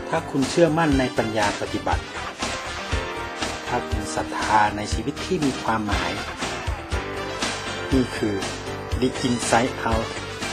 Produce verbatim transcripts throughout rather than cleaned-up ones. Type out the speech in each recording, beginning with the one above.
ถ้าคุณเชื่อมั่นในปัญญาปฏิบัติถ้าคุณศรัทธาในชีวิตที่มีความหมายนี่คือ The Inside Out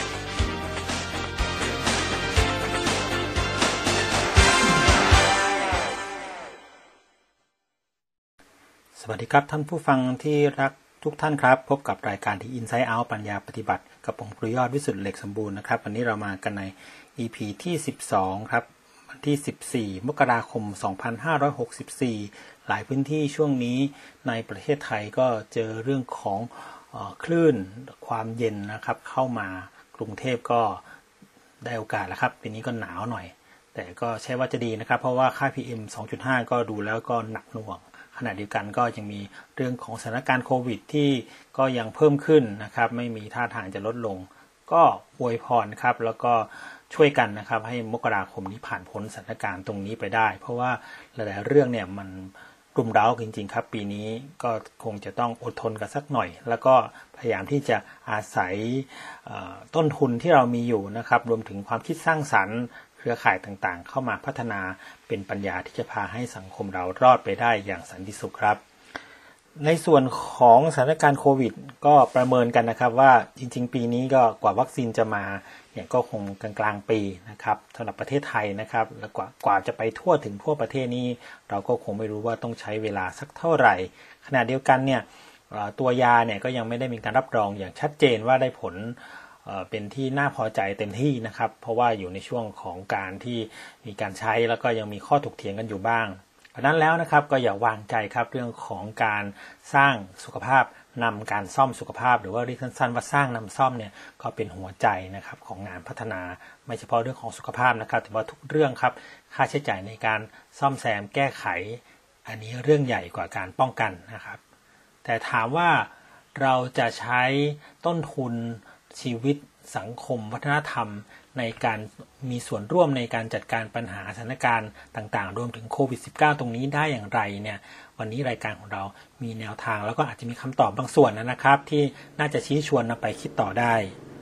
สวัสดีครับท่านผู้ฟังที่รักทุกท่านครับพบกับรายการที่ Inside Out ปัญญาปฏิบัติกับผมครูยอดวิสุทธิ์เหล็กสมบูรณ์นะครับวันนี้เรามากันใน อี พี ที่สิบสองครับวันที่สิบสี่มกราคมสองพันห้าร้อยหกสิบสี่หลายพื้นที่ช่วงนี้ในประเทศไทยก็เจอเรื่องของเอ่อคลื่นความเย็นนะครับเข้ามากรุงเทพก็ได้โอกาสแล้วครับปีนี้ก็หนาวหน่อยแต่ก็ใช่ว่าจะดีนะครับเพราะว่าค่า พี เอ็ม สองจุดห้า ก็ดูแล้วก็หนักหน่วงขณะเดียวกันก็ยังมีเรื่องของสถานการณ์โควิดที่ก็ยังเพิ่มขึ้นนะครับไม่มีท่าทางจะลดลงก็อวยพรครับแล้วก็ช่วยกันนะครับให้มกราคมนี้ผ่านพ้นสถานการณ์ตรงนี้ไปได้เพราะว่าหลายๆเรื่องเนี่ยมันรุมเร้าจริงๆครับปีนี้ก็คงจะต้องอดทนกันสักหน่อยแล้วก็พยายามที่จะอาศัยต้นทุนที่เรามีอยู่นะครับรวมถึงความคิดสร้างสรรค์เครือข่ายต่างๆเข้ามาพัฒนาเป็นปัญญาที่จะพาให้สังคมเรารอดไปได้อย่างสันติสุขครับในส่วนของสถานการณ์โควิดก็ประเมินกันนะครับว่าจริงๆปีนี้ก็กว่าวัคซีนจะมาเนี่ยก็คงกลางๆปีนะครับสำหรับประเทศไทยนะครับแล้วกว่ากว่าจะไปทั่วถึงทั่วประเทศนี้เราก็คงไม่รู้ว่าต้องใช้เวลาสักเท่าไหร่ขณะเดียวกันเนี่ยตัวยาเนี่ยก็ยังไม่ได้มีการรับรองอย่างชัดเจนว่าได้ผลเป็นที่น่าพอใจเต็มที่นะครับเพราะว่าอยู่ในช่วงของการที่มีการใช้แล้วก็ยังมีข้อถกเถียงกันอยู่บ้างดังนั้นแล้วนะครับก็อย่าวางใจครับเรื่องของการสร้างสุขภาพนำการซ่อมสุขภาพหรือว่าเรียกสั้นๆว่าสร้างนำซ่อมเนี่ยก็เป็นหัวใจนะครับของงานพัฒนาไม่เฉพาะเรื่องของสุขภาพนะครับแต่ว่าทุกเรื่องครับค่าใช้จ่ายในการซ่อมแซมแก้ไขอันนี้เรื่องใหญ่กว่าการป้องกันนะครับแต่ถามว่าเราจะใช้ต้นทุนชีวิตสังคมวัฒนธรรมในการมีส่วนร่วมในการจัดการปัญหาสถานการณ์ต่างๆรวมถึงโควิด สิบเก้า ตรงนี้ได้อย่างไรเนี่ยวันนี้รายการของเรามีแนวทางแล้วก็อาจจะมีคำตอบบางส่วนนะครับที่น่าจะชี้ชวนนำไปคิดต่อได้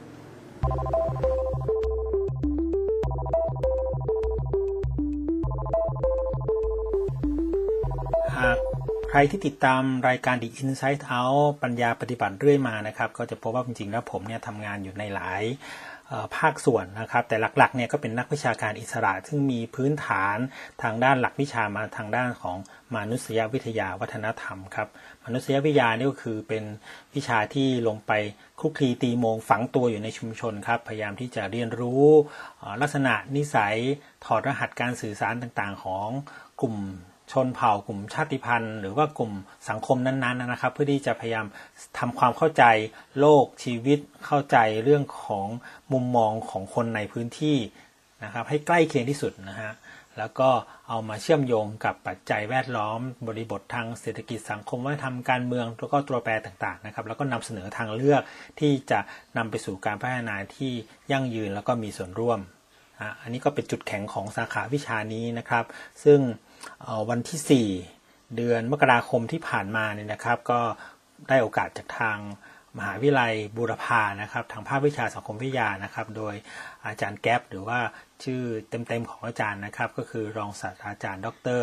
หากใครที่ติดตามรายการ The Inside Out ปัญญาปฏิบัติเรื่อยมานะครับก็จะพบว่าจริงๆแล้วผมเนี่ยทำงานอยู่ในหลายภาคส่วนนะครับแต่หลักๆเนี่ยก็เป็นนักวิชาการอิสระซึ่งมีพื้นฐานทางด้านหลักวิชามาทางด้านของมนุษยวิทยาวัฒนธรรมครับมนุษยวิทยานี่ก็คือเป็นวิชาที่ลงไปคลุกคลีตีโมงฝังตัวอยู่ในชุมชนครับพยายามที่จะเรียนรู้ลักษณะนิสัยถอดรหัสการสื่อสารต่างๆของกลุ่มชนเผ่ากลุ่มชาติพันธุ์หรือว่ากลุ่มสังคมนั้นๆนะครับเพื่อที่จะพยายามทำความเข้าใจโลกชีวิตเข้าใจเรื่องของมุมมองของคนในพื้นที่นะครับให้ใกล้เคียงที่สุดนะฮะแล้วก็เอามาเชื่อมโยงกับปัจจัยแวดล้อมบริบททางเศรษฐกิจสังคมวัฒนธรรมการเมืองแล้วก็ตัวแปรต่างๆนะครับแล้วก็นำเสนอทางเลือกที่จะนำไปสู่การพัฒนาที่ยั่งยืนแล้วก็มีส่วนร่วมอันนี้ก็เป็นจุดแข็งของสาขาวิชานี้นะครับซึ่งวันที่สี่เดือนมกราคมที่ผ่านมาเนี่ยนะครับก็ได้โอกาสจากทางมหาวิทยาลัยบูรพานะครับทางภาควิชาสังคมวิทยานะครับโดยอาจารย์แก๊ปหรือว่าชื่อเต็มๆของอาจารย์นะครับก็คือรองศาสตราจารย์ดร.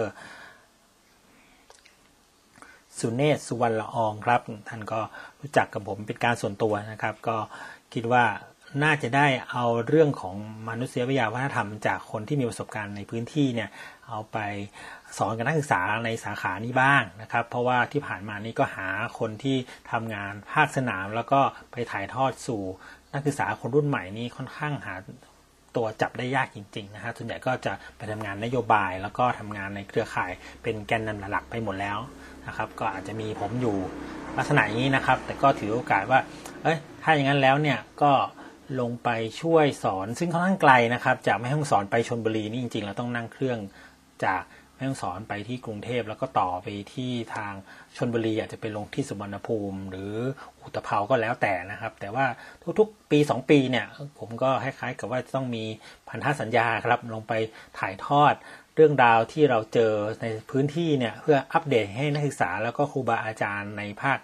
สุเนศ สุวรรณละอองครับท่านก็รู้จักกับผมเป็นการส่วนตัวนะครับก็คิดว่าน่าจะได้เอาเรื่องของมนุษยวิทยาวัฒนธรรมจากคนที่มีประสบการณ์ในพื้นที่เนี่ยเอาไปสอนกับนักศึกษาในสาขานี้บ้างนะครับเพราะว่าที่ผ่านมานี้ก็หาคนที่ทำงานภาคสนามแล้วก็ไปถ่ายทอดสู่นักศึกษาคนรุ่นใหม่นี้ค่อนข้างหาตัวจับได้ยากจริงๆนะฮะส่วนใหญ่ก็จะไปทำงานนโยบายแล้วก็ทำงานในเครือข่ายเป็นแกนนำหลักไปหมดแล้วนะครับก็อาจจะมีผมอยู่ลักษณะอย่างนี้นะครับแต่ก็ถือโอกาสว่าเอ้ยถ้าอย่างนั้นแล้วเนี่ยก็ลงไปช่วยสอนซึ่งค่อนข้างไกลนะครับจากแม่ฮ่องสอนไปชลบุรีนี่จริงๆเราต้องนั่งเครื่องจากแม่ฮ่องสอนไปที่กรุงเทพแล้วก็ต่อไปที่ทางชลบุรีอาจจะไปลงที่สุวรรณภูมิหรืออุตภาวก็แล้วแต่นะครับแต่ว่าทุกๆปีสองปีเนี่ยผมก็คล้ายๆกับว่าต้องมีพันธสัญญาครับลงไปถ่ายทอดเรื่องราวที่เราเจอในพื้นที่เนี่ยเพื่ออัปเดตให้นักศึกษาแล้วก็ครูบาอาจารย์ในภาควิ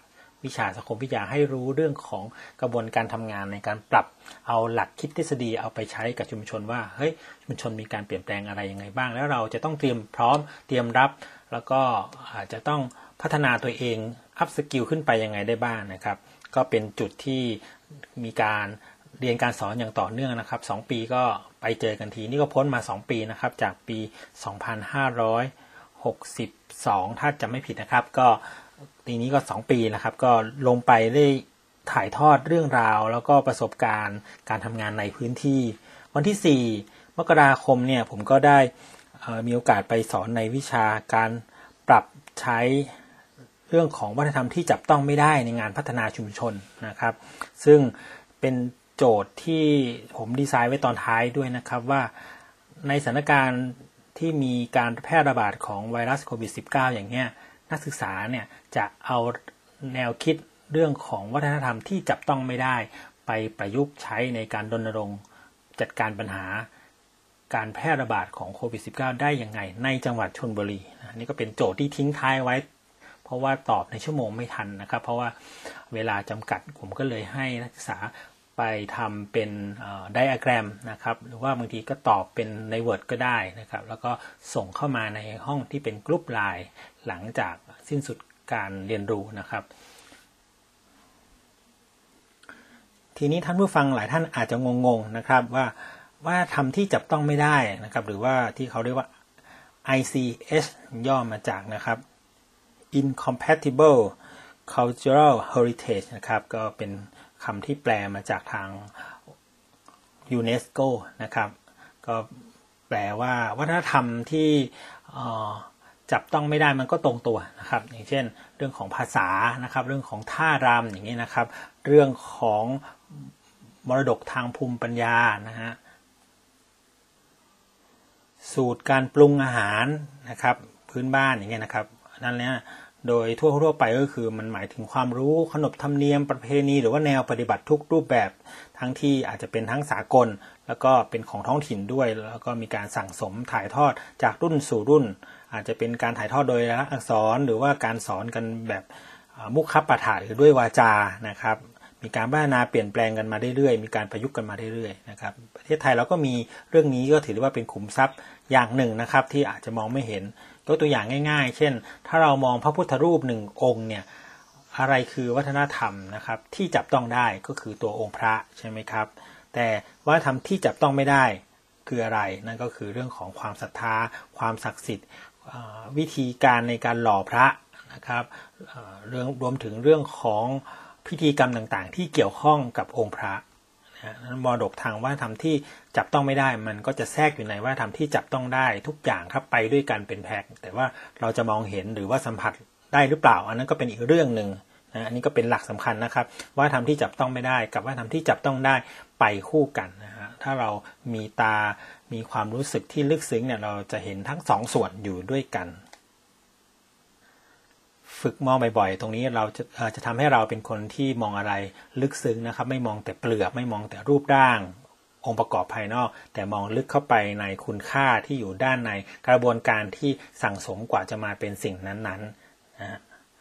วิชาสังคมวิทยาให้รู้เรื่องของกระบวนการทำงานในการปรับเอาหลักคิดทฤษฎีเอาไปใช้กับชุมชนว่าเฮ้ยชุมชนมีการเปลี่ยนแปลงอะไรยังไงบ้างแล้วเราจะต้องเตรียมพร้อมเตรียมรับแล้วก็อาจจะต้องพัฒนาตัวเองอัพสกิลขึ้นไปยังไงได้บ้างนะครับก็เป็นจุดที่มีการเรียนการสอนอย่างต่อเนื่องนะครับสองปีก็ไปเจอกันทีนี่ก็พ้นมาสองปีนะครับจากปีสองพันห้าร้อยหกสิบสองถ้าจำไม่ผิดนะครับก็ปีนี้ก็สองปีนะครับก็ลงไปได้ถ่ายทอดเรื่องราวแล้วก็ประสบการณ์การทำงานในพื้นที่วันที่สี่มกราคมเนี่ยผมก็ได้มีโอกาสไปสอนในวิชาการปรับใช้เรื่องของวัฒนธรรมที่จับต้องไม่ได้ในงานพัฒนาชุมชนนะครับซึ่งเป็นโจทย์ที่ผมดีไซน์ไว้ตอนท้ายด้วยนะครับว่าในสถานการณ์ที่มีการแพร่ระบาดของไวรัสโควิด สิบเก้า อย่างเงี้ยนักศึกษาเนี่ยจะเอาแนวคิดเรื่องของวัฒนธรรมที่จับต้องไม่ได้ไปประยุกต์ใช้ในการรณรงค์จัดการปัญหาการแพร่ระบาดของโควิด สิบเก้า ได้ยังไงในจังหวัดชลบุรีนะนี่ก็เป็นโจทย์ที่ทิ้งท้ายไว้เพราะว่าตอบในชั่วโมงไม่ทันนะครับเพราะว่าเวลาจำกัดผมก็เลยให้นักศึกษาไปทำเป็นไดอะแกรมนะครับหรือว่าบางทีก็ตอบเป็นใน Word ก็ได้นะครับแล้วก็ส่งเข้ามาในห้องที่เป็นกลุ่มไลน์หลังจากสิ้นสุดการเรียนรู้นะครับทีนี้ท่านผู้ฟังหลายท่านอาจจะงงๆนะครับว่าว่าทำที่จับต้องไม่ได้นะครับหรือว่าที่เขาเรียกว่า ไอ ซี เอช ย่อมาจากนะครับ Incompatible Cultural Heritage นะครับก็เป็นคำที่แปลมาจากทางยูเนสโกนะครับก็แปลว่าวัฒนธรรมที่จับต้องไม่ได้มันก็ตรงตัวนะครับอย่างเช่นเรื่องของภาษานะครับเรื่องของท่ารำอย่างนี้นะครับเรื่องของมรดกทางภูมิปัญญานะฮะสูตรการปรุงอาหารนะครับพื้นบ้านอย่างเงี้ยนะครับนั่นแหละโดยทั่วทั่วไปก็คือมันหมายถึงความรู้ขนบธรรมเนียมประเพณีหรือว่าแนวปฏิบัติทุกรูปแบบทั้งที่อาจจะเป็นทั้งสากลแล้วก็เป็นของท้องถิ่นด้วยแล้วก็มีการสั่งสมถ่ายทอดจากรุ่นสู่รุ่นอาจจะเป็นการถ่ายทอดโดยอักษรหรือว่าการสอนกันแบบมุขปาฐะหรือด้วยวาจานะครับมีการพัฒนาเปลี่ยนแปลงกันมาเรื่อยๆมีการประยุกต์กันมาเรื่อยๆนะครับประเทศไทยเราก็มีเรื่องนี้ก็ถือว่าเป็นขุมทรัพย์อย่างหนึ่งนะครับที่อาจจะมองไม่เห็นยกตัวอย่างง่ายๆเช่นถ้าเรามองพระพุทธรูปหนึ่งองค์เนี่ยอะไรคือวัฒนธรรมนะครับที่จับต้องได้ก็คือตัวองค์พระใช่ไหมครับแต่วัฒนธรรมที่จับต้องไม่ได้คืออะไรนั่นก็คือเรื่องของความศรัทธาความศักดิ์สิทธิ์วิธีการในการหล่อพระนะครับเรื่องรวมถึงเรื่องของพิธีกรรมต่างๆที่เกี่ยวข้องกับองค์พระมรดกทางวัฒนธรรมที่จับต้องไม่ได้มันก็จะแทรกอยู่ในวัฒนธรรมที่จับต้องได้ทุกอย่างครับไปด้วยกันเป็นแพ็คแต่ว่าเราจะมองเห็นหรือว่าสัมผัสได้หรือเปล่าอันนั้นก็เป็นอีกเรื่องนึงนะอันนี้ก็เป็นหลักสำคัญนะครับวัฒนธรรมที่จับต้องไม่ได้กับวัฒนธรรมที่จับต้องได้ไปคู่กันนะฮะถ้าเรามีตามีความรู้สึกที่ลึกซึ้งเนี่ยเราจะเห็นทั้งสองส่วนอยู่ด้วยกันฝึกมองบ่อยๆตรงนี้เราจะจะทำให้เราเป็นคนที่มองอะไรลึกซึ้งนะครับไม่มองแต่เปลือกไม่มองแต่รูปร่างองค์ประกอบภายนอกแต่มองลึกเข้าไปในคุณค่าที่อยู่ด้านในกระบวนการที่สั่งสมกว่าจะมาเป็นสิ่งนั้นๆนะ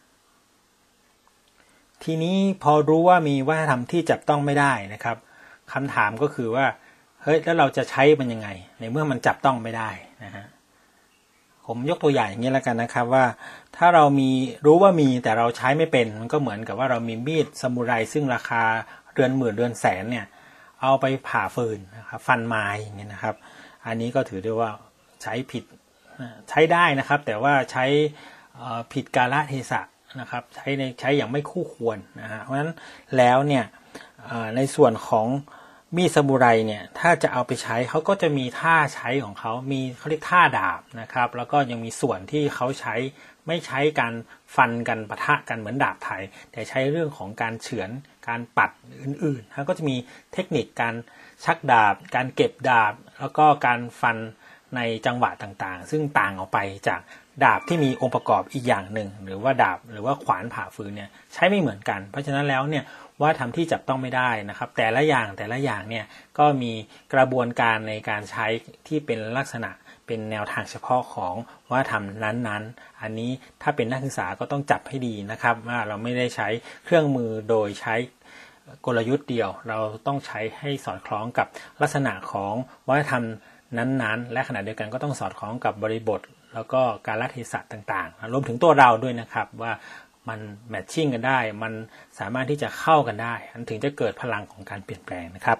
ทีนี้พอรู้ว่ามีวัฒนธรรมที่จับต้องไม่ได้นะครับคำถามก็คือว่าเฮ้ยแล้วเราจะใช้มันยังไงในเมื่อมันจับต้องไม่ได้นะฮะผมยกตัวอย่างอย่างนี้แล้วกันนะครับว่าถ้าเรามีรู้ว่ามีแต่เราใช้ไม่เป็นมันก็เหมือนกับว่าเรามีมีดซามูไรซึ่งราคาเรือนหมื่นเรือนแสนเนี่ยเอาไปผ่าฟืนนะครับฟันไม้อย่างนี้นะครับอันนี้ก็ถือได้ว่าใช้ผิดใช้ได้นะครับแต่ว่าใช้ผิดกาลเทศะนะครับใช้ในใช้อย่างไม่คู่ควรนะฮะเพราะฉะนั้นแล้วเนี่ยในส่วนของมีดซามูไรเนี่ยถ้าจะเอาไปใช้เขาก็จะมีท่าใช้ของเขามีเขาเรียกท่าดาบนะครับแล้วก็ยังมีส่วนที่เขาใช้ไม่ใช้การฟันกันปะทะกันเหมือนดาบไทยแต่ใช้เรื่องของการเฉือนการปัดอื่นๆแล้วก็จะมีเทคนิคการชักดาบการเก็บดาบแล้วก็การฟันในจังหวะต่างๆซึ่งต่างออกไปจากดาบที่มีองค์ประกอบอีกอย่างหนึ่งหรือว่าดาบหรือว่าขวานผ่าฟืนเนี่ยใช้ไม่เหมือนกันเพราะฉะนั้นแล้วเนี่ยว่าทำที่จับต้องไม่ได้นะครับแต่ละอย่างแต่ละอย่างเนี่ยก็มีกระบวนการในการใช้ที่เป็นลักษณะเป็นแนวทางเฉพาะของวัฒนธรรมนั้นๆอันนี้ถ้าเป็นนักศึกษาก็ต้องจับให้ดีนะครับว่าเราไม่ได้ใช้เครื่องมือโดยใช้กลยุทธ์เดียวเราต้องใช้ให้สอดคล้องกับลักษณะของวัฒนธรรมนั้นๆและขณะเดียวกันก็ต้องสอดคล้องกับบริบทแล้วก็การละเทศะต่างๆรวมถึงตัวเราด้วยนะครับว่ามันแมทชิ่งกันได้มันสามารถที่จะเข้ากันได้ถึงจะเกิดพลังของการเปลี่ยนแปลงนะครับ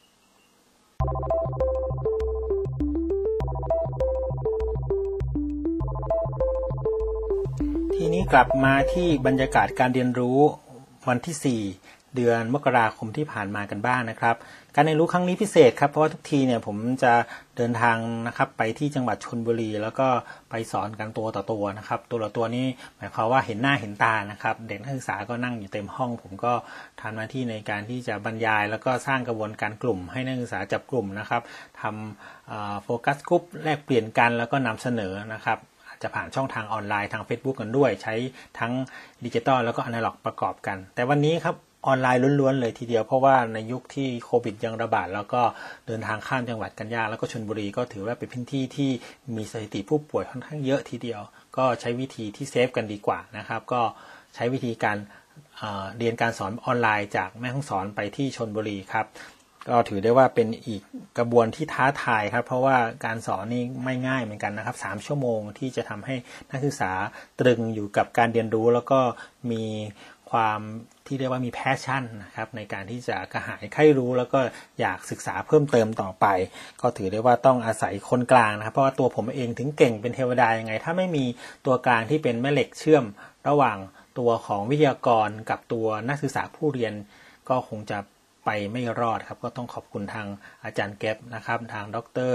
ทีนี้กลับมาที่บรรยากาศการเรียนรู้วันที่สี่เดือนมกราคมที่ผ่านมากันบ้างนะครับการเรียนรู้ครั้งนี้พิเศษครับเพราะว่าทุกทีเนี่ยผมจะเดินทางนะครับไปที่จังหวัดชลบุรีแล้วก็ไปสอนกันตัวต่อตัวนะครับตัวต่อตัวนี้หมายความว่าเห็นหน้าเห็นตานะครับเด็กนักศึกษาก็นั่งอยู่เต็มห้องผมก็ทำหน้าที่ในการที่จะบรรยายแล้วก็สร้างกระบวนการกลุ่มให้นักศึกษาจับกลุ่มนะครับทำโฟกัสกลุ่มแลกเปลี่ยนกันแล้วก็นำเสนอนะครับจะผ่านช่องทางออนไลน์ทาง Facebook กันด้วยใช้ทั้งดิจิตอลแล้วก็อนาล็อกประกอบกันแต่วันนี้ครับออนไลน์ล้วนๆเลยทีเดียวเพราะว่าในยุคที่โควิดยังระบาดแล้วก็เดินทางข้ามจังหวัดกันยากแล้วก็ชลบุรีก็ถือว่าเป็นพื้นที่ที่มีสถิติผู้ป่วยค่อนข้างเยอะทีเดียวก็ใช้วิธีที่เซฟกันดีกว่านะครับก็ใช้วิธีการเอ่อเรียนการสอนออนไลน์จากแม่ฮ่องสอนไปที่ชลบุรีครับก็ถือได้ว่าเป็นอีกกระบวนที่ท้าทายครับเพราะว่าการสอนนี่ไม่ง่ายเหมือนกันนะครับสามชั่วโมงที่จะทำให้นักศึกษาตรึงอยู่กับการเรียนรู้แล้วก็มีความที่เรียกว่ามีแพชชั่นนะครับในการที่จะกระหายใคร่รู้แล้วก็อยากศึกษาเพิ่มเติมต่อไปก็ถือได้ว่าต้องอาศัยคนกลางนะครับเพราะว่าตัวผมเองถึงเก่งเป็นเทวดายังไงถ้าไม่มีตัวกลางที่เป็นแม่เหล็กเชื่อมระหว่างตัวของวิทยากรกับตัวนักศึกษาผู้เรียนก็คงจะไปไม่รอดครับก็ต้องขอบคุณทางอาจารย์แก๊ปนะครับทางดร.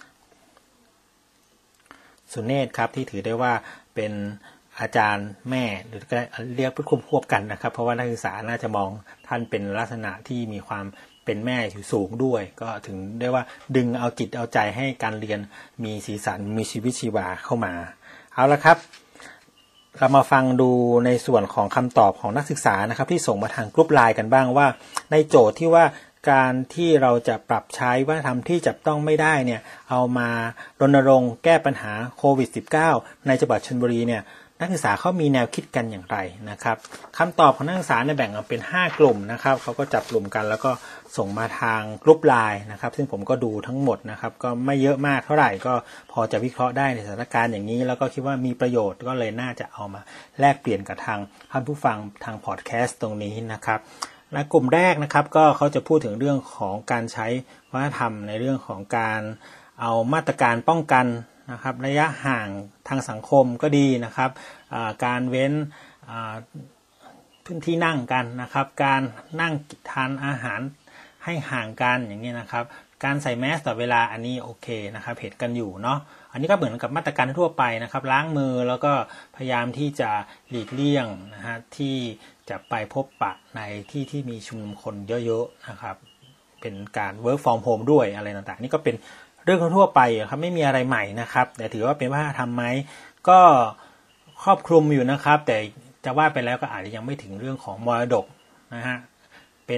สุเนศครับที่ถือได้ว่าเป็นอาจารย์แม่หรือเรียกควบควบกันนะครับเพราะว่านักศึกษาน่าจะมองท่านเป็นลักษณะที่มีความเป็นแม่อยู่สูงด้วยก็ถึงได้ว่าดึงเอาจิตเอาใจให้การเรียนมีสีสันมีชีวิตชีวาเข้ามาเอาละครับเรามาฟังดูในส่วนของคำตอบของนักศึกษานะครับที่ส่งมาทางกลุ่มไลน์กันบ้างว่าในโจทย์ที่ว่าการที่เราจะปรับใช้วัฒนธรรมที่จับต้องไม่ได้เนี่ยเอามารณรงค์แก้ปัญหาโควิด สิบเก้า ในจังหวัดชลบุรีเนี่ยนักศึกษาเขามีแนวคิดกันอย่างไรนะครับคำตอบของนักศึกษาเนี่ยแบ่งออกเป็นห้ากลุ่มนะครับเขาก็จับกลุ่มกันแล้วก็ส่งมาทางกลุ่มไลน์นะครับซึ่งผมก็ดูทั้งหมดนะครับก็ไม่เยอะมากเท่าไหร่ก็พอจะวิเคราะห์ได้ในสถานการณ์อย่างนี้แล้วก็คิดว่ามีประโยชน์ก็เลยน่าจะเอามาแลกเปลี่ยนกับทางท่านผู้ฟังทางพอดแคสต์ตรงนี้นะครับและกลุ่มแรกนะครับก็เขาจะพูดถึงเรื่องของการใช้วัฒนธรรมในเรื่องของการเอามาตรการป้องกันนะครับระยะห่างทางสังคมก็ดีนะครับการเว้นพื้นที่นั่งกันนะครับการนั่งทานอาหารให้ห่างกันอย่างนี้นะครับการใส่แมสต่อเวลาอันนี้โอเคนะครับเห็นกันอยู่เนาะอันนี้ก็เหมือนกับมาตรการทั่วไปนะครับล้างมือแล้วก็พยายามที่จะหลีกเลี่ยงนะฮะที่จะไปพบปะในที่ที่มีชุมนุมคนเยอะๆนะครับเป็นการ work from home ด้วยอะไรต่างๆนี่ก็เป็นเรื่องทั่วไปครับไม่มีอะไรใหม่นะครับแต่ถือว่าเป็นวัฒนธรรมไหมก็ครอบคลุมอยู่นะครับแต่จะว่าไปแล้วก็อาจจะยังไม่ถึงเรื่องของมรดกนะฮะเป็น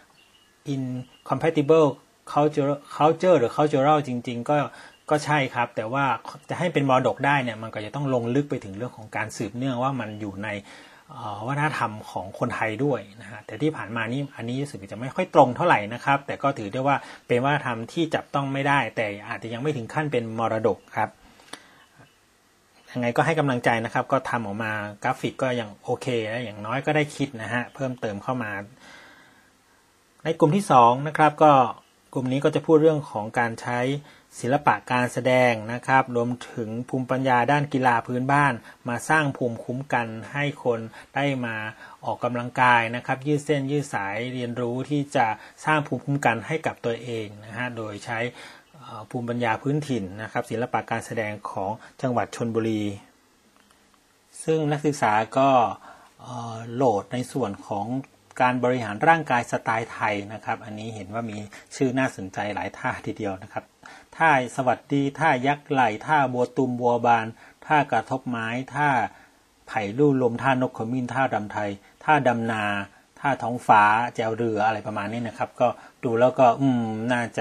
incompatible culture culture หรือ cultural จริงๆก็ก็ใช่ครับแต่ว่าจะให้เป็นมรดกได้เนี่ยมันก็จะต้องลงลึกไปถึงเรื่องของการสืบเนื่องว่ามันอยู่ในวัฒนธรรมของคนไทยด้วยนะฮะแต่ที่ผ่านมานี่อันนี้รู้สึกจะไม่ค่อยตรงเท่าไหร่นะครับแต่ก็ถือได้ว่าเป็นวัฒนธรรมที่จับต้องไม่ได้แต่อาจจะยังไม่ถึงขั้นเป็นมรดกครับยังไงก็ให้กำลังใจนะครับก็ทำออกมากราฟิกก็ยังโอเคแล้วอย่างน้อยก็ได้คิดนะฮะเพิ่มเติมเข้ามาในกลุ่มที่สองนะครับก็กลุ่มนี้ก็จะพูดเรื่องของการใช้ศิลปะการแสดงนะครับรวมถึงภูมิปัญญาด้านกีฬาพื้นบ้านมาสร้างภูมิคุ้มกันให้คนได้มาออกกำลังกายนะครับยืดเส้นยืดสายเรียนรู้ที่จะสร้างภูมิคุ้มกันให้กับตัวเองนะฮะโดยใช้ภูมิปัญญาพื้นถิ่นนะครับศิลปะการแสดงของจังหวัดชลบุรีซึ่งนักศึกษาก็โหลดในส่วนของการบริหารร่างกายสไตล์ไทยนะครับอันนี้เห็นว่ามีชื่อน่าสนใจหลายท่าทีเดียวนะครับท่าสวัสดีท่ายักษ์ไหล่ท่าบัวตุมบัวบานท่ากระทบไม้ท่าไผ่ลู่ลมท่านกขมิ้นท่าดำไทยท่าดำนาท่าท้องฟ้าแจวเรืออะไรประมาณนี้นะครับก็ดูแล้วก็อืมน่าจะ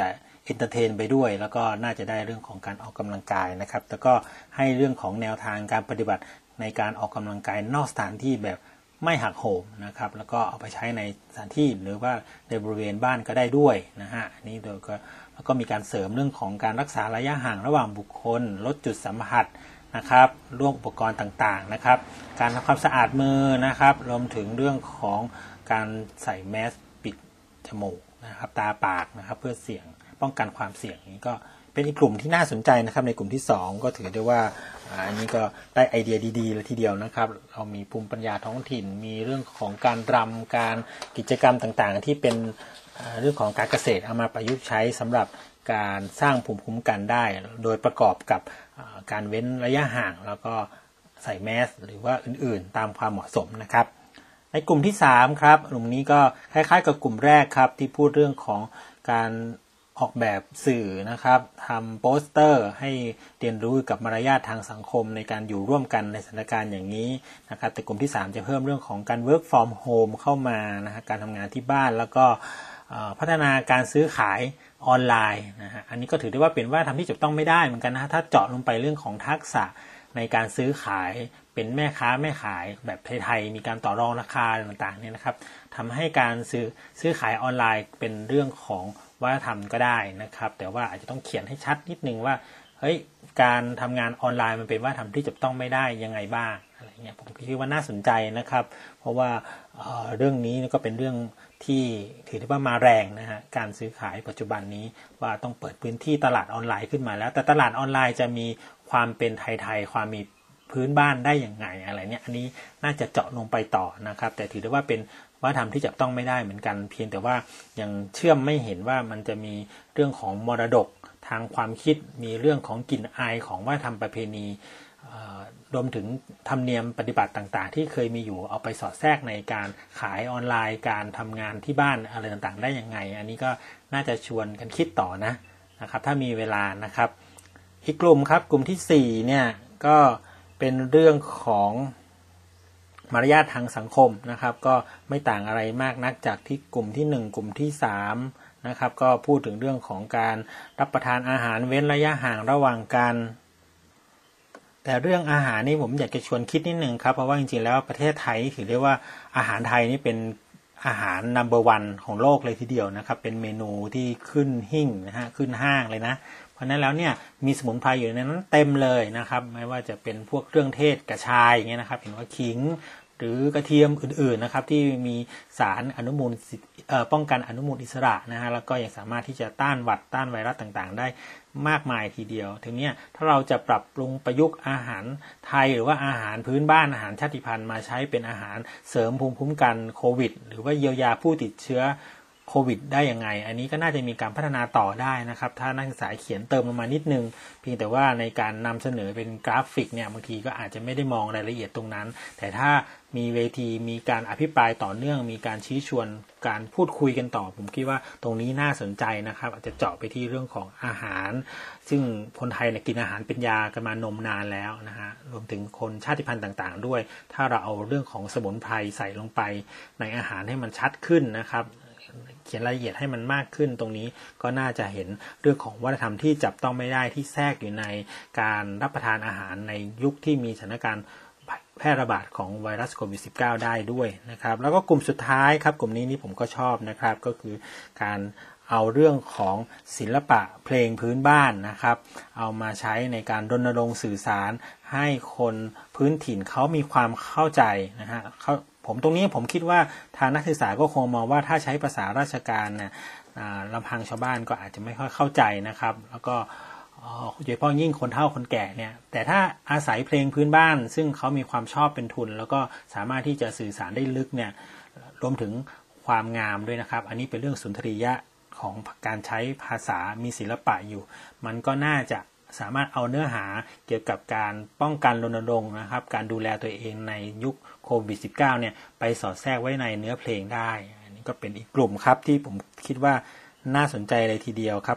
เอนเตอร์เทนไปด้วยแล้วก็น่าจะได้เรื่องของการออกกำลังกายนะครับแล้วก็ให้เรื่องของแนวทางการปฏิบัติในการออกกำลังกายนอกสถานที่แบบไม่หักโหมนะครับแล้วก็เอาไปใช้ในสถานที่หรือว่าในบริเวณบ้านก็ได้ด้วยนะฮะอันนี้โดยก็แล้วก็มีการเสริมเรื่องของการรักษาระยะห่างระหว่างบุคคลลดจุดสัมผัสนะครับร่วมอุปกรณ์ต่างๆนะครับการทำความสะอาดมือนะครับรวมถึงเรื่องของการใส่แมสปิดจมูกนะครับตาปากนะครับเพื่อเสี่ยงป้องกันความเสี่ยงนี้ก็เป็นอีกกลุ่มที่น่าสนใจนะครับในกลุ่มที่สองก็ถือได้ว่าอันนี้ก็ได้ไอเดียดีๆเลยทีเดียวนะครับเรามีภูมิปัญญาท้องถิ่นมีเรื่องของการรำการกิจกรรมต่างๆที่เป็นเรื่องของการเกษตรเอามาประยุกต์ใช้สำหรับการสร้างภูมิคุ้มกันได้โดยประกอบกับการเว้นระยะห่างแล้วก็ใส่แมสหรือว่าอื่นๆตามความเหมาะสมนะครับในกลุ่มที่สามครับกลุ่มนี้ก็คล้ายๆกับกลุ่มแรกครับที่พูดเรื่องของการออกแบบสื่อนะครับทำโปสเตอร์ให้เรียนรู้กับมารยาททางสังคมในการอยู่ร่วมกันในสถานการณ์อย่างนี้นะครับแต่กลุ่มที่สามจะเพิ่มเรื่องของการ work from home เข้ามานะฮะการทำงานที่บ้านแล้วก็พัฒนาการซื้อขายออนไลน์นะฮะอันนี้ก็ถือได้ว่าเป็นว่าทำที่จับต้องไม่ได้เหมือนกันนะถ้าเจาะลงไปเรื่องของทักษะในการซื้อขายเป็นแม่ค้าแม่ขายแบบไทยๆมีการต่อรองราคาต่างๆเนี่ยนะครับทำให้การซื้อซื้อขายออนไลน์เป็นเรื่องของวัฒนธรรมก็ได้นะครับแต่ว่าอาจจะต้องเขียนให้ชัดนิดนึงว่าเฮ้ยการทำงานออนไลน์มันเป็นวัฒนธรรมที่จับต้องไม่ได้ยังไงบ้างอะไรเงี้ยผมคิดว่าน่าสนใจนะครับเพราะว่า เอ่อ เรื่องนี้ก็เป็นเรื่องที่ถือได้ว่ามาแรงนะฮะการซื้อขายปัจจุบันนี้ว่าต้องเปิดพื้นที่ตลาดออนไลน์ขึ้นมาแล้วแต่ตลาดออนไลน์จะมีความเป็นไทยๆความมีพื้นบ้านได้อย่างไงอะไรเนี่ยอันนี้น่าจะเจาะลงไปต่อนะครับแต่ถือได้ว่าเป็นวัฒนธรรมที่จับต้องไม่ได้เหมือนกันเพียงแต่ว่ายังเชื่อมไม่เห็นว่ามันจะมีเรื่องของมรดกทางความคิดมีเรื่องของกลิ่นอายของวัฒนธรรมประเพณีรวมถึงธรรมเนียมปฏิบัติต่างๆที่เคยมีอยู่เอาไปสอดแทรกในการขายออนไลน์การทำงานที่บ้านอะไรต่างๆได้ยังไงอันนี้ก็น่าจะชวนกันคิดต่อนะนะครับถ้ามีเวลานะครับอีกกลุ่มครับกลุ่มที่สี่เนี่ยก็เป็นเรื่องของมารยาททางสังคมนะครับก็ไม่ต่างอะไรมากนักจากที่กลุ่มที่หนึ่งกลุ่มที่สามนะครับก็พูดถึงเรื่องของการรับประทานอาหารเว้นระยะห่างระหว่างกันแต่เรื่องอาหารนี่ผมอยากจะชวนคิดนิดนึงครับเพราะว่าจริงๆแล้วประเทศไทยถือได้ว่าอาหารไทยนี่เป็นอาหาร นัมเบอร์วัน ของโลกเลยทีเดียวนะครับเป็นเมนูที่ขึ้นหิ้งนะฮะขึ้นห้างเลยนะเพราะนั้นแล้วเนี่ยมีสมุนไพรอยู่ในนั้นเต็มเลยนะครับไม่ว่าจะเป็นพวกเครื่องเทศกระชายอย่างเงี้ยนะครับเห็นว่าขิงหรือกระเทียมอื่นๆนะครับที่มีสารอนุมูลป้องกันอนุมูลอิสระนะฮะแล้วก็ยังสามารถที่จะต้านหวัดต้านไวรัสต่างๆได้มากมายทีเดียวทีนี้ถ้าเราจะปรับปรุงประยุกต์อาหารไทยหรือว่าอาหารพื้นบ้านอาหารชาติพันธุ์มาใช้เป็นอาหารเสริมภูมิคุ้มกันโควิดหรือว่าเยียวยาผู้ติดเชื้อโควิดได้ยังไงอันนี้ก็น่าจะมีการพัฒนาต่อได้นะครับถ้านักศึกษาเขียนเติมลงมานิดนึงเพียงแต่ว่าในการนำเสนอเป็นกราฟิกเนี่ยบางทีก็อาจจะไม่ได้มองรายละเอียดตรงนั้นแต่ถ้ามีเวทีมีการอภิปรายต่อเนื่องมีการชี้ชวนการพูดคุยกันต่อผมคิดว่าตรงนี้น่าสนใจนะครับอาจจะเจาะไปที่เรื่องของอาหารซึ่งคนไทยเนี่ยกินอาหารเป็นยากันมานมนานแล้วนะฮะรวมถึงคนชาติพันธุ์ต่างๆด้วยถ้าเราเอาเรื่องของสมุนไพรใส่ลงไปในอาหารให้มันชัดขึ้นนะครับเขียนรายละเอียดให้มันมากขึ้นตรงนี้ก็น่าจะเห็นเรื่องของวัฒนธรรมที่จับต้องไม่ได้ที่แทรกอยู่ในการรับประทานอาหารในยุคที่มีสถานการณ์แพร่ระบาดของไวรัสโควิด สิบเก้า ได้ด้วยนะครับแล้วก็กลุ่มสุดท้ายครับกลุ่มนี้นี่ผมก็ชอบนะครับก็คือการเอาเรื่องของศิลปะเพลงพื้นบ้านนะครับเอามาใช้ในการรณรงค์สื่อสารให้คนพื้นถิ่นเขามีความเข้าใจนะฮะเขาผมตรงนี้ผมคิดว่าทางนักศึกษาก็คงมองว่าถ้าใช้ภาษาราชการเนี่ยลำพังชาวบ้านก็อาจจะไม่ค่อยเข้าใจนะครับแล้วก็โดยเฉพาะยิ่งคนเฒ่าคนแก่เนี่ยแต่ถ้าอาศัยเพลงพื้นบ้านซึ่งเขามีความชอบเป็นทุนแล้วก็สามารถที่จะสื่อสารได้ลึกเนี่ยรวมถึงความงามด้วยนะครับอันนี้เป็นเรื่องสุนทรียะของการใช้ภาษามีศิลปะอยู่มันก็น่าจะสามารถเอาเนื้อหาเกี่ยวกับการป้องกันรณรงค์นะครับการดูแลตัวเองในยุคโควิด สิบเก้า เนี่ยไปสอดแทรกไว้ในเนื้อเพลงได้อันนี้ก็เป็นอีกกลุ่มครับที่ผมคิดว่าน่าสนใจเลยทีเดียวครับ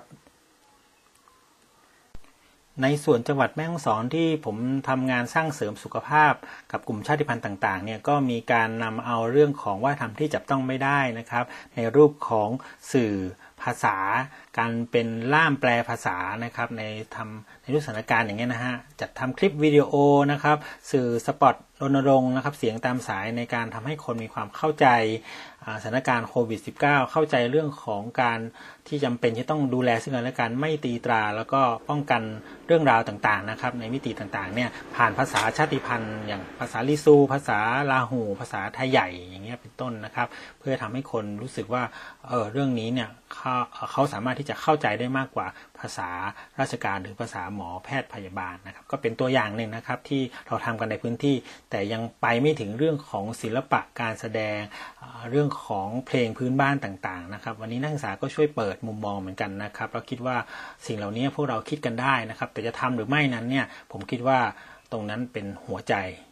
ในส่วนจังหวัดแม่ฮ่องสอนที่ผมทำงานสร้างเสริมสุขภาพกับกลุ่มชาติพันธุ์ต่างๆเนี่ยก็มีการนำเอาเรื่องของวัฒนธรรมที่จับต้องไม่ได้นะครับในรูปของสื่อภาษาการเป็นล่ามแปลภาษานะครับในทำในรูปสถานการณ์อย่างเงี้ยนะฮะจัดทำคลิปวิดีโอนะครับสื่อสปอตรณรงค์นะครับเสียงตามสายในการทำให้คนมีความเข้าใจสถานการณ์โควิด สิบเก้า เข้าใจเรื่องของการที่จำเป็นที่ต้องดูแลซึ่งกันและกันไม่ตีตราแล้วก็ป้องกันเรื่องราวต่างๆนะครับในมิติต่างๆเนี่ยผ่านภาษาชาติพันธุ์อย่างภาษาลิซูภาษาลาหูภาษาไทยใหญ่อย่างเงี้ยเป็นต้นนะครับเพื่อทำให้คนรู้สึกว่าเออเรื่องนี้เนี่ยเขาเขาสามารถที่จะเข้าใจได้มากกว่าภาษาราชการหรือภาษาหมอแพทย์พยาบาลนะครับก็เป็นตัวอย่างหนึ่งนะครับที่เราทำกันในพื้นที่แต่ยังไปไม่ถึงเรื่องของศิลปะการแสดงเรื่องของเพลงพื้นบ้านต่างๆนะครับวันนี้นักศึกษาก็ช่วยเปิดมุมมองเหมือนกันนะครับเราคิดว่าสิ่งเหล่านี้พวกเราคิดกันได้นะครับแต่จะทำหรือไม่นั้นเนี่ยผมคิดว่าตรงนั้นเป็นหัวใจ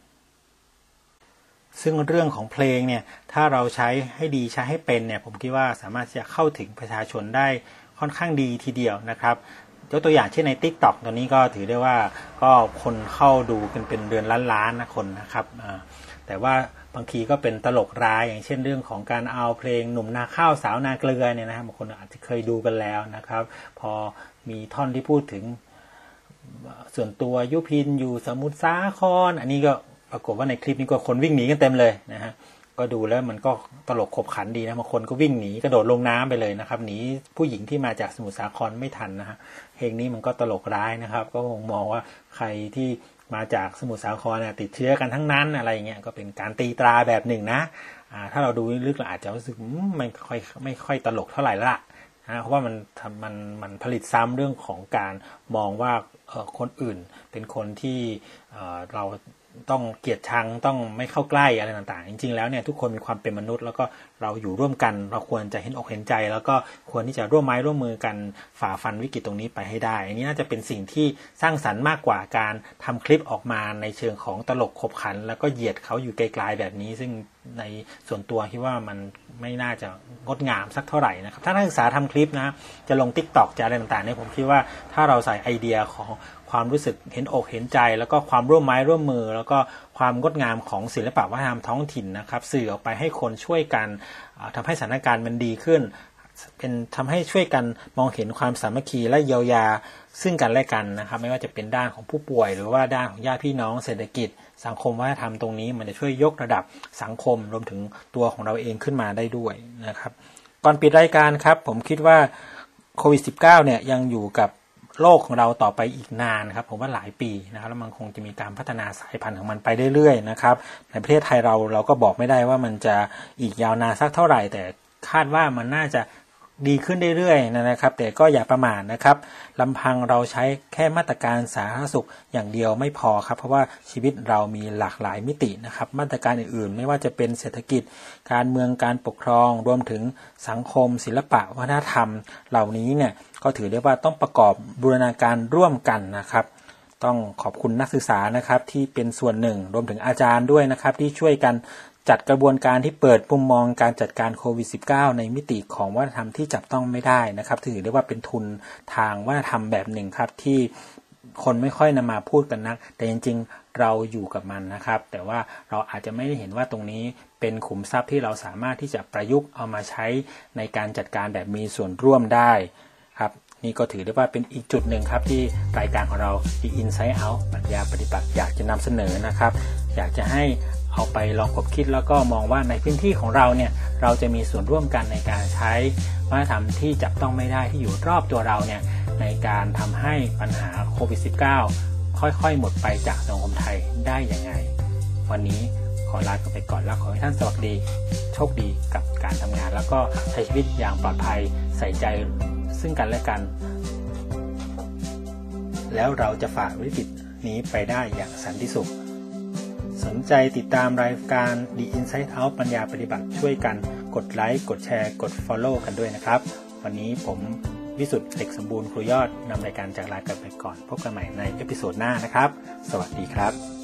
ซึ่งเรื่องของเพลงเนี่ยถ้าเราใช้ให้ดีใช้ให้เป็นเนี่ยผมคิดว่าสามารถจะเข้าถึงประชาชนได้ค่อนข้างดีทีเดียวนะครับยกตัวอย่างเช่นใน TikTok ตอนนี้ก็ถือได้ว่าก็คนเข้าดูกันเป็นเดือนล้านๆนะคนนะครับแต่ว่าบางทีก็เป็นตลกร้ายอย่างเช่นเรื่องของการเอาเพลงหนุ่มนาข้าวสาวนาเกลือเนี่ยนะครับบางคนอาจจะเคยดูกันแล้วนะครับพอมีท่อนที่พูดถึงส่วนตัวยุพินอยู่สมุทรสาครอันนี้ก็ปรากฏว่าในคลิปนี้ก็คนวิ่งหนีกันเต็มเลยนะฮะก็ดูแล้วมันก็ตลกขบขันดีนะบางคนก็วิ่งหนีกระโดดลงน้ำไปเลยนะครับหนีผู้หญิงที่มาจากสมุทรสาครไม่ทันนะฮะเพลงนี้มันก็ตลกร้ายนะครับก็คงมองว่าใครที่มาจากสมุทรสาครเนี่ยติดเชื้อกันทั้งนั้นอะไรอย่างเงี้ยก็เป็นการตีตราแบบหนึ่งนะอ่าถ้าเราดูลึกเราอาจจะรู้สึกไม่ค่อยไม่ค่อยตลกเท่าไหร่ละนะเพราะว่ามันมันมันผลิตซ้ำเรื่องของการมองว่าเอ่อคนอื่นเป็นคนที่เอ่อเราต้องเกลียดชังต้องไม่เข้าใกล้อะไรต่างๆจริงๆแล้วเนี่ยทุกคนมีความเป็นมนุษย์แล้วก็เราอยู่ร่วมกันเราควรจะเห็นอกเห็นใจแล้วก็ควรที่จะร่วมไม้ร่วมมือกันฝ่าฟันวิกฤตตรงนี้ไปให้ได้อันนี้น่าจะเป็นสิ่งที่สร้างสรรค์มากกว่าการทำคลิปออกมาในเชิงของตลกขบขันแล้วก็เหยียดเขาอยู่ไกลๆแบบนี้ซึ่งในส่วนตัวคิดว่ามันไม่น่าจะงดงามสักเท่าไหร่นะครับถ้านักศึกษาทำคลิปนะจะลง TikTok จะอะไรต่างๆเนี่ยผมคิดว่าถ้าเราใส่ไอเดียของความรู้สึกเห็นอกเห็นใจแล้วก็ความร่วมไม้ร่วมมือแล้วก็ความงดงามของศิลปะวัฒนธรรมท้องถิ่นนะครับสื่อออกไปให้คนช่วยกันทำให้สถานการณ์มันดีขึ้นเป็นทำให้ช่วยกันมองเห็นความสามัคคีและเยียวยาซึ่งกันและกันนะครับไม่ว่าจะเป็นด้านของผู้ป่วยหรือว่าด้านของญาติพี่น้องเศรษฐกิจสังคมวัฒนธรรมตรงนี้มันจะช่วยยกระดับสังคมรวมถึงตัวของเราเองขึ้นมาได้ด้วยนะครับก่อนปิดรายการครับผมคิดว่าโควิด สิบเก้า เนี่ยยังอยู่กับโลกของเราต่อไปอีกนานครับผมว่าหลายปีนะครับแล้วมันคงจะมีการพัฒนาสายพันธุ์ของมันไปเรื่อยๆนะครับในประเทศไทยเราเราก็บอกไม่ได้ว่ามันจะอีกยาวนานสักเท่าไหร่แต่คาดว่ามันน่าจะดีขึ้นเรื่อยๆนะครับแต่ก็อย่าประมาทนะครับลำพังเราใช้แค่มาตรการสาธารณสุขอย่างเดียวไม่พอครับเพราะว่าชีวิตเรามีหลากหลายมิตินะครับมาตรการอื่นๆไม่ว่าจะเป็นเศรษฐกิจการเมืองการปกครองรวมถึงสังคมศิลปะวัฒนธรรมเหล่านี้เนี่ยก็ถือได้ว่าต้องประกอบบูรณาการร่วมกันนะครับต้องขอบคุณนักศึกษานะครับที่เป็นส่วนหนึ่งรวมถึงอาจารย์ด้วยนะครับที่ช่วยกันจัดกระบวนการที่เปิดมุมมองการจัดการโควิด สิบเก้า ในมิติของวัฒนธรรมที่จับต้องไม่ได้นะครับถือได้ว่าเป็นทุนทางวัฒนธรรมแบบหนึ่งครับที่คนไม่ค่อยนำมาพูดกันนักแต่จริงๆเราอยู่กับมันนะครับแต่ว่าเราอาจจะไม่ได้เห็นว่าตรงนี้เป็นขุมทรัพย์ที่เราสามารถที่จะประยุกต์เอามาใช้ในการจัดการแบบมีส่วนร่วมได้ครับนี่ก็ถือได้ว่าเป็นอีกจุดหนึ่งครับที่รายการของเรา The Inside Out ปรัชญาปฏิบัติอยากจะนำเสนอนะครับอยากจะให้เอาไปลองคบคิดแล้วก็มองว่าในพื้นที่ของเราเนี่ยเราจะมีส่วนร่วมกันในการใช้วัฒนธรรมที่จับต้องไม่ได้ที่อยู่รอบตัวเราเนี่ยในการทำให้ปัญหาโควิด สิบเก้า ค่อยๆหมดไปจากสังคมไทยได้อย่างไงวันนี้ขอลาไปก่อนแล้วขอให้ท่านสวัสดีโชคดีกับการทำงานแล้วก็ใช้ชีวิตอย่างปลอดภัยใส่ใจซึ่งกันและกันแล้วเราจะฝ่าวิกฤตนี้ไปได้อย่างสันติสุขสนใจติดตามรายการ The Inside Out ปัญญาปฏิบัติช่วยกันกดไลค์กดแชร์กด Follow กันด้วยนะครับวันนี้ผมวิสุทธิ์เหล็กสมบูรณ์ครูยอดนำรายการจากลากันไปก่อนพบกันใหม่ในเอพิโซดหน้านะครับสวัสดีครับ